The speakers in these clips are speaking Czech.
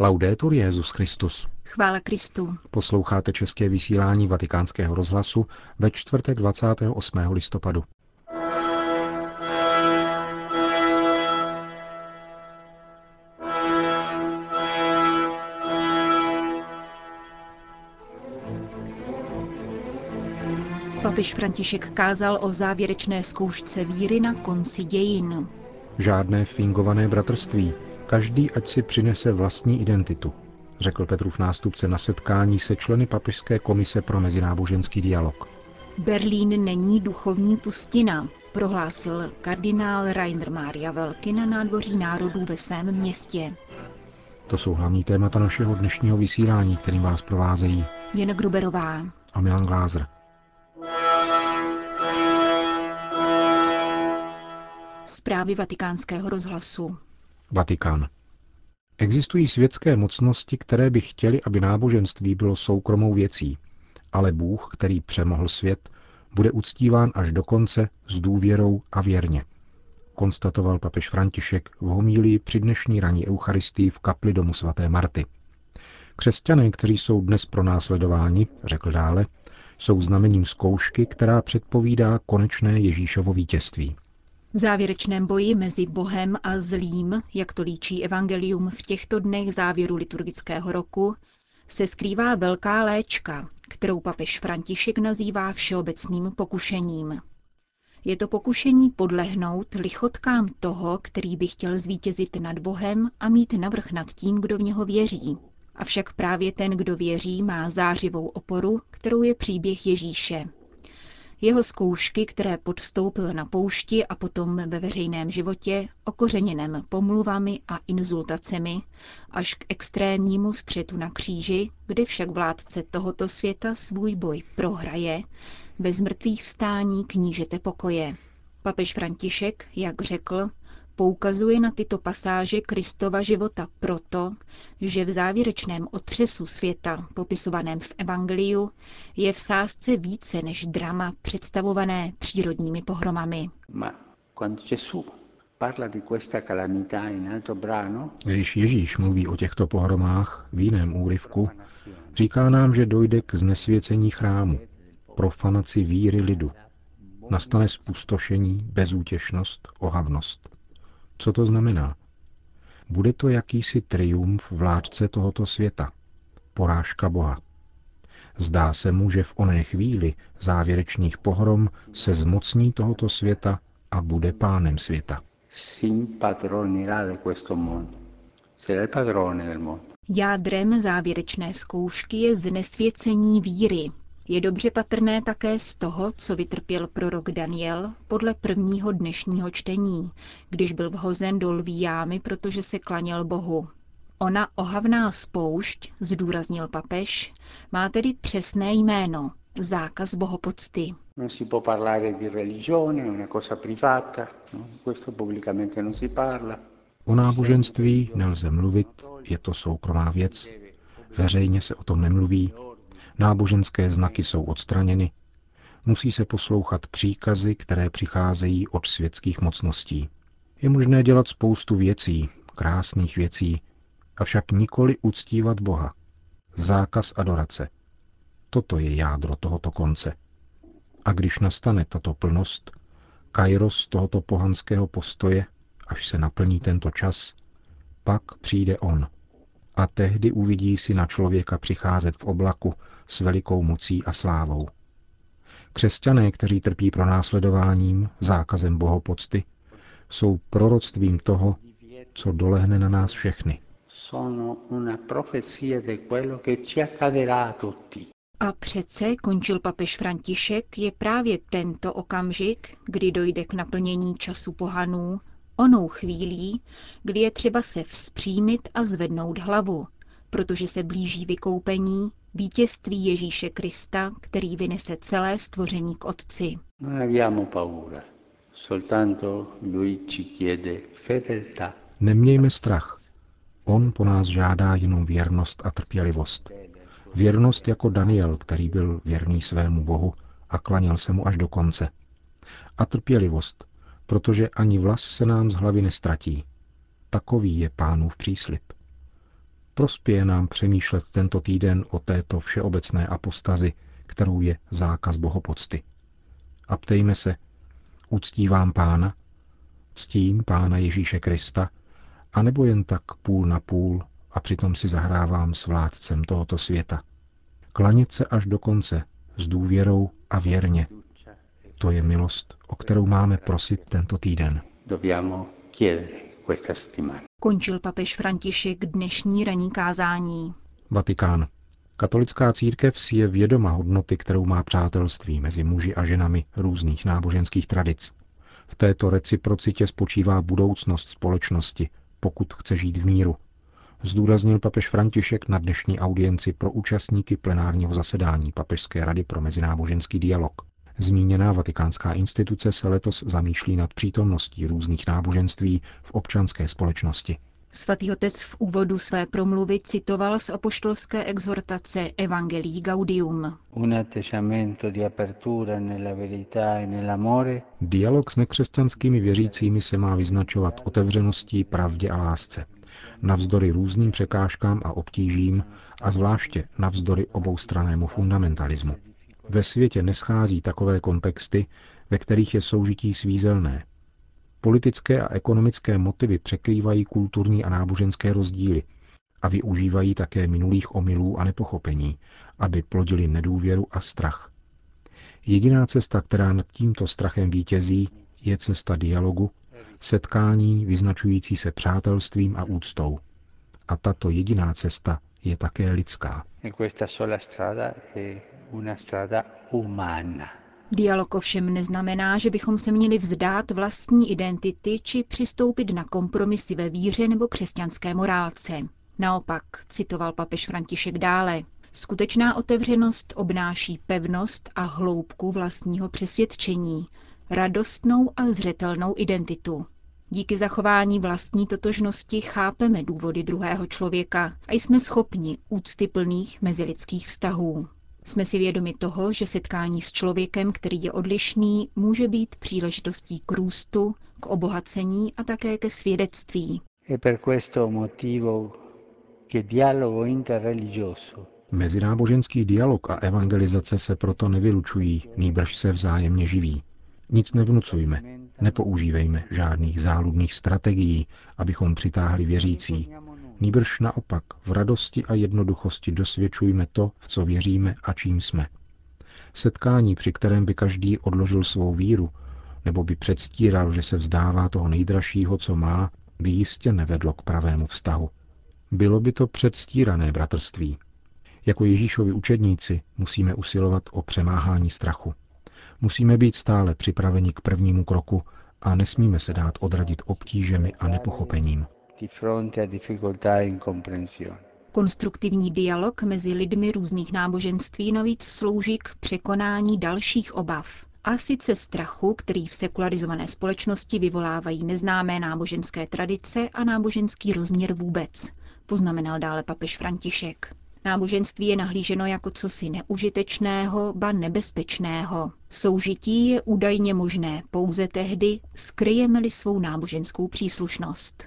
Laudetur Jesus Christus. Chvála Kristu. Posloucháte české vysílání Vatikánského rozhlasu ve čtvrtek 28. listopadu. Papež František kázal o závěrečné zkoušce víry na konci dějin. Žádné fingované bratrství, každý ať si přinese vlastní identitu, řekl Petrův nástupce na setkání se členy Papežské komise pro mezináboženský dialog. Berlín není duchovní pustina, prohlásil kardinál Rainer Maria Welkin na nádvoří národů ve svém městě. To jsou hlavní témata našeho dnešního vysílání, kterým vás provázejí Jana Gruberová a Milan Glázer. Zprávy Vatikánského rozhlasu. Vatikán. Existují světské mocnosti, které by chtěly, aby náboženství bylo soukromou věcí, ale Bůh, který přemohl svět, bude uctíván až do konce s důvěrou a věrně, konstatoval papež František v homílii při dnešní ranní eucharistii v kapli domu svaté Marty. Křesťané, kteří jsou dnes pronásledováni, řekl dále, jsou znamením zkoušky, která předpovídá konečné Ježíšovo vítězství. V závěrečném boji mezi Bohem a zlým, jak to líčí evangelium v těchto dnech závěru liturgického roku, se skrývá velká léčka, kterou papež František nazývá všeobecným pokušením. Je to pokušení podlehnout lichotkám toho, který by chtěl zvítězit nad Bohem a mít navrch nad tím, kdo v něho věří. Avšak právě ten, kdo věří, má zářivou oporu, kterou je příběh Ježíše. Jeho zkoušky, které podstoupil na poušti a potom ve veřejném životě, okořeněném pomluvami a inzultacemi, až k extrémnímu střetu na kříži, kdy však vládce tohoto světa svůj boj prohraje, bez mrtvých vstání knížete pokoje. Papež František, jak řekl, poukazuje na tyto pasáže Kristova života proto, že v závěrečném otřesu světa, popisovaném v evangeliu, je v sázce více než drama představované přírodními pohromami. Když Ježíš mluví o těchto pohromách v jiném úryvku, říká nám, že dojde k znesvěcení chrámu, profanaci víry lidu. Nastane spustošení, bezútěšnost, ohavnost. Co to znamená? Bude to jakýsi triumf vládce tohoto světa, porážka Boha. Zdá se mu, že v oné chvíli závěrečných pohrom se zmocní tohoto světa a bude pánem světa. Jádrem závěrečné zkoušky je znesvěcení víry. Je dobře patrné také z toho, co vytrpěl prorok Daniel podle prvního dnešního čtení, když byl vhozen do lví jámy, protože se klaněl Bohu. Ona ohavná spoušť, zdůraznil papež, má tedy přesné jméno – zákaz bohopocty. O náboženství nelze mluvit, je to soukromá věc, veřejně se o tom nemluví, náboženské znaky jsou odstraněny, musí se poslouchat příkazy, které přicházejí od světských mocností. Je možné dělat spoustu věcí, krásných věcí, avšak nikoli uctívat Boha. Zákaz adorace. Toto je jádro tohoto konce. A když nastane tato plnost, kairos tohoto pohanského postoje, až se naplní tento čas, pak přijde on. A tehdy uvidí si na člověka přicházet v oblaku s velikou mocí a slávou. Křesťané, kteří trpí pronásledováním, zákazem bohopocty, jsou proroctvím toho, co dolehne na nás všechny. A přece, končil papež František, je právě tento okamžik, kdy dojde k naplnění času pohanů, onou chvílí, kdy je třeba se vzpřímit a zvednout hlavu, protože se blíží vykoupení, vítězství Ježíše Krista, který vynese celé stvoření k Otci. Nemějme strach. On po nás žádá jenom věrnost a trpělivost. Věrnost jako Daniel, který byl věrný svému Bohu a klaněl se mu až do konce. A trpělivost, protože ani vlas se nám z hlavy nestratí. Takový je Pánův příslib. Prospěje nám přemýšlet tento týden o této všeobecné apostazi, kterou je zákaz bohopocty. A ptejme se, uctívám Pána, ctím Pána Ježíše Krista, anebo jen tak půl na půl a přitom si zahrávám s vládcem tohoto světa. Klanět se až do konce, s důvěrou a věrně. To je milost, o kterou máme prosit tento týden. Končil papež František dnešní ranní kázání. Vatikán. Katolická církev si je vědoma hodnoty, kterou má přátelství mezi muži a ženami různých náboženských tradic. V této reciprocitě spočívá budoucnost společnosti, pokud chce žít v míru, zdůraznil papež František na dnešní audienci pro účastníky plenárního zasedání Papežské rady pro mezináboženský dialog. Zmíněná vatikánská instituce se letos zamýšlí nad přítomností různých náboženství v občanské společnosti. Svatý otec v úvodu své promluvy citoval z apoštolské exhortace Evangelii Gaudium. Dialog s nekřesťanskými věřícími se má vyznačovat otevřeností, pravdě a lásce. Navzdory různým překážkám a obtížím a zvláště navzdory oboustrannému fundamentalismu. Ve světě neschází takové kontexty, ve kterých je soužití svízelné. Politické a ekonomické motivy překrývají kulturní a náboženské rozdíly a využívají také minulých omylů a nepochopení, aby plodili nedůvěru a strach. Jediná cesta, která nad tímto strachem vítězí, je cesta dialogu, setkání vyznačující se přátelstvím a úctou. A tato jediná cesta je také lidská. Dialog ovšem neznamená, že bychom se měli vzdát vlastní identity či přistoupit na kompromisy ve víře nebo křesťanské morálce. Naopak, citoval papež František dále, skutečná otevřenost obnáší pevnost a hloubku vlastního přesvědčení, radostnou a zřetelnou identitu. Díky zachování vlastní totožnosti chápeme důvody druhého člověka a jsme schopni úctyplných mezilidských vztahů. Jsme si vědomi toho, že setkání s člověkem, který je odlišný, může být příležitostí k růstu, k obohacení a také ke svědectví. Mezináboženský dialog a evangelizace se proto nevylučují, nýbrž se vzájemně živí. Nic nevnucujme, nepoužívejme žádných záludných strategií, abychom přitáhli věřící. Nýbrž naopak v radosti a jednoduchosti dosvědčujme to, v co věříme a čím jsme. Setkání, při kterém by každý odložil svou víru, nebo by předstíral, že se vzdává toho nejdražšího, co má, by jistě nevedlo k pravému vztahu. Bylo by to předstírané bratrství. Jako Ježíšovi učedníci musíme usilovat o přemáhání strachu. Musíme být stále připraveni k prvnímu kroku a nesmíme se dát odradit obtížemi a nepochopením. Konstruktivní dialog mezi lidmi různých náboženství navíc slouží k překonání dalších obav. A sice strachu, který v sekularizované společnosti vyvolávají neznámé náboženské tradice a náboženský rozměr vůbec, poznamenal dále papež František. Náboženství je nahlíženo jako cosi neužitečného, ba nebezpečného. Soužití je údajně možné pouze tehdy, skryjeme-li svou náboženskou příslušnost.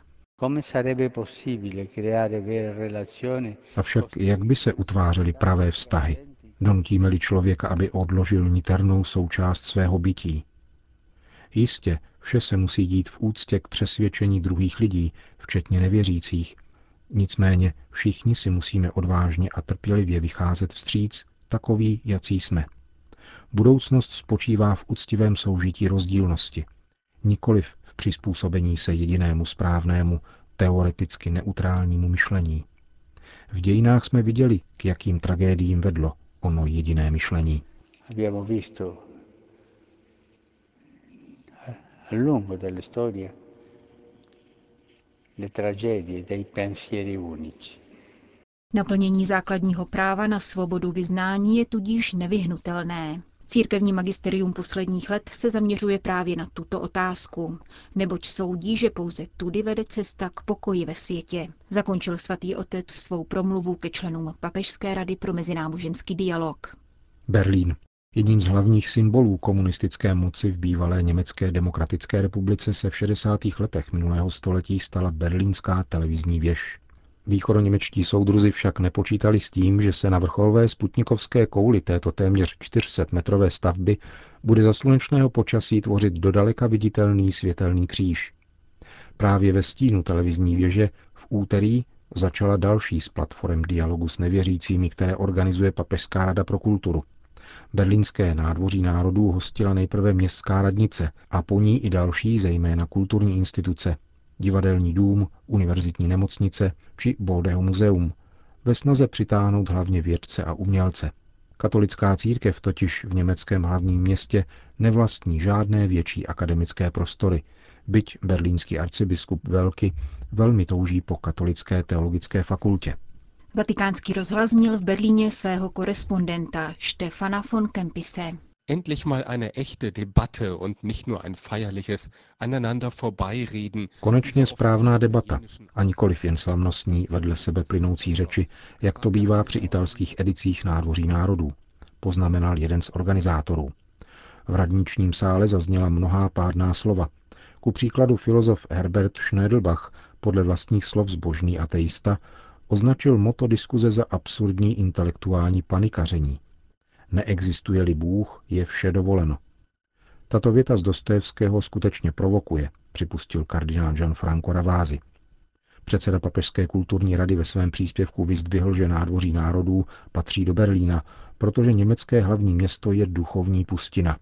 Avšak jak by se utvářely pravé vztahy? Donutíme-li člověka, aby odložil niternou součást svého bytí? Jistě, vše se musí dít v úctě k přesvědčení druhých lidí, včetně nevěřících. Nicméně všichni si musíme odvážně a trpělivě vycházet vstříc, takoví, jací jsme. Budoucnost spočívá v uctivém soužití rozdílnosti, nikoliv v přizpůsobení se jedinému správnému, teoreticky neutrálnímu myšlení. V dějinách jsme viděli, k jakým tragédiím vedlo ono jediné myšlení. Naplnění základního práva na svobodu vyznání je tudíž nevyhnutelné. Církevní magisterium posledních let se zaměřuje právě na tuto otázku, neboť soudí, že pouze tudy vede cesta k pokoji ve světě. Zakončil svatý otec svou promluvu ke členům Papežské rady pro mezináboženský dialog. Berlín. Jedním z hlavních symbolů komunistické moci v bývalé Německé demokratické republice se v 60. letech minulého století stala berlínská televizní věž. Východoněmečtí soudruzi však nepočítali s tím, že se na vrcholové sputnikovské kouli této téměř 400-metrové stavby bude za slunečného počasí tvořit dodaleka viditelný světelný kříž. Právě ve stínu televizní věže v úterý začala další z platform dialogu s nevěřícími, které organizuje Papežská rada pro kulturu. Berlínské nádvoří národů hostila nejprve městská radnice a po ní i další, zejména kulturní instituce, divadelní dům, univerzitní nemocnice či Bodého muzeum, ve snaze přitáhnout hlavně vědce a umělce. Katolická církev totiž v německém hlavním městě nevlastní žádné větší akademické prostory, byť berlínský arcibiskup Welky velmi touží po katolické teologické fakultě. Vatikánský rozhlas měl v Berlíně svého korespondenta Stefana von Kempise. Endlich mal eine echte Debatte und nicht nur ein feierliches aneinander vorbeireden. Konečně správná debata a nikoliv jen slavnostní vedle sebe plynoucí řeči, jak to bývá při italských edicích Nádvoří národů, poznamenal jeden z organizátorů. V radničním sále zazněla mnohá pádná slova. Ku příkladu filozof Herbert Schnödelbach, podle vlastních slov zbožný ateista, označil motto diskuze za absurdní intelektuální panikaření. Neexistuje-li Bůh, je vše dovoleno. Tato věta z Dostojevského skutečně provokuje, připustil kardinál Gianfranco Ravasi. Předseda Papežské kulturní rady ve svém příspěvku vyzdvihl, že Nádvoří národů patří do Berlína, protože německé hlavní město je duchovní pustina.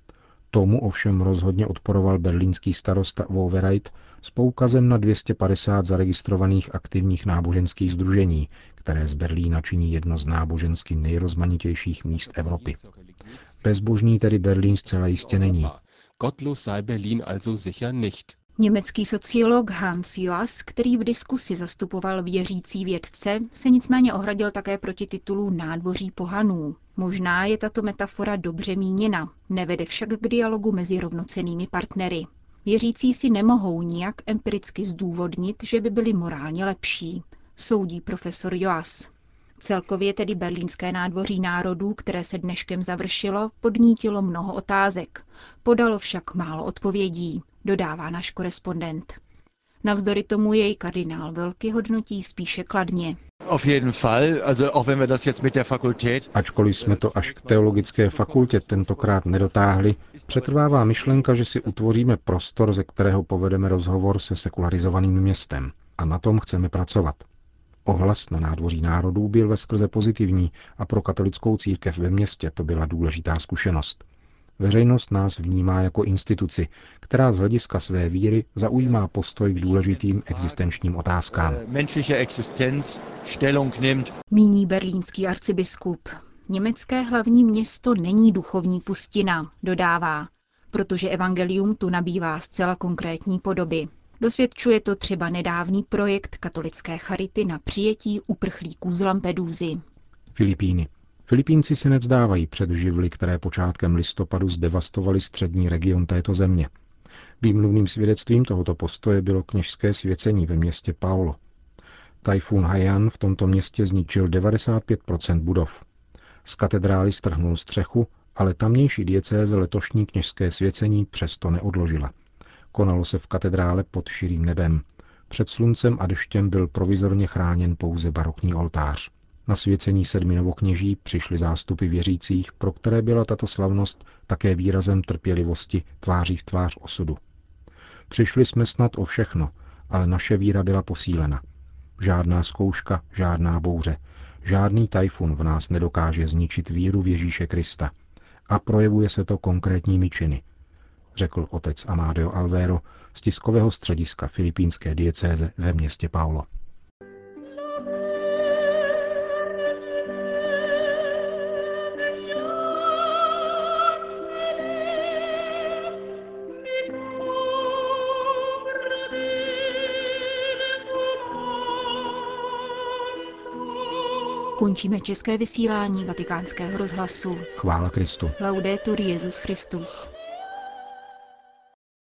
Tomu ovšem rozhodně odporoval berlínský starosta Wowereit s poukazem na 250 zaregistrovaných aktivních náboženských sdružení, které z Berlína činí jedno z nábožensky nejrozmanitějších míst Evropy. Bezbožný tedy Berlín zcela jistě není. Gottlos sei Berlin also sicher nicht. Německý sociolog Hans Joas, který v diskusi zastupoval věřící vědce, se nicméně ohradil také proti titulu Nádvoří pohanů. Možná je tato metafora dobře míněna, nevede však k dialogu mezi rovnocennými partnery. Věřící si nemohou nijak empiricky zdůvodnit, že by byli morálně lepší, soudí profesor Joas. Celkově tedy berlínské nádvoří národů, které se dneškem završilo, podnítilo mnoho otázek. Podalo však málo odpovědí, dodává náš korespondent. Navzdory tomu jej kardinál Welky hodnotí spíše kladně. Ačkoliv jsme to až k teologické fakultě tentokrát nedotáhli, přetrvává myšlenka, že si utvoříme prostor, ze kterého povedeme rozhovor se sekularizovaným městem. A na tom chceme pracovat. Ohlas na Nádvoří národů byl veskrze pozitivní a pro katolickou církev ve městě to byla důležitá zkušenost. Veřejnost nás vnímá jako instituci, která z hlediska své víry zaujímá postoj k důležitým existenčním otázkám. Míní berlínský arcibiskup. Německé hlavní město není duchovní pustina, dodává, protože evangelium tu nabývá zcela konkrétní podoby. Dosvědčuje to třeba nedávný projekt katolické charity na přijetí uprchlíků z Lampedusy. Filipíny. Filipínci si nevzdávají před živly, které počátkem listopadu zdevastovaly střední region této země. Výmluvným svědectvím tohoto postoje bylo kněžské svěcení ve městě Paulo. Tajfun Haiyan v tomto městě zničil 95% budov. Z katedrály strhnul střechu, ale tamnější diecéze letošní kněžské svěcení přesto neodložila. Konalo se v katedrále pod širým nebem. Před sluncem a deštěm byl provizorně chráněn pouze barokní oltář. Na svěcení 7 novokněží přišli zástupy věřících, pro které byla tato slavnost také výrazem trpělivosti tváří v tvář osudu. Přišli jsme snad o všechno, ale naše víra byla posílena. Žádná zkouška, žádná bouře, žádný tajfun v nás nedokáže zničit víru v Ježíše Krista. A projevuje se to konkrétními činy, řekl otec Amadeo Alvero z tiskového střediska filipínské diecéze ve městě Paulo. Končíme české vysílání Vatikánského rozhlasu. Chvála Kristu. Laudetur Jesus Christus.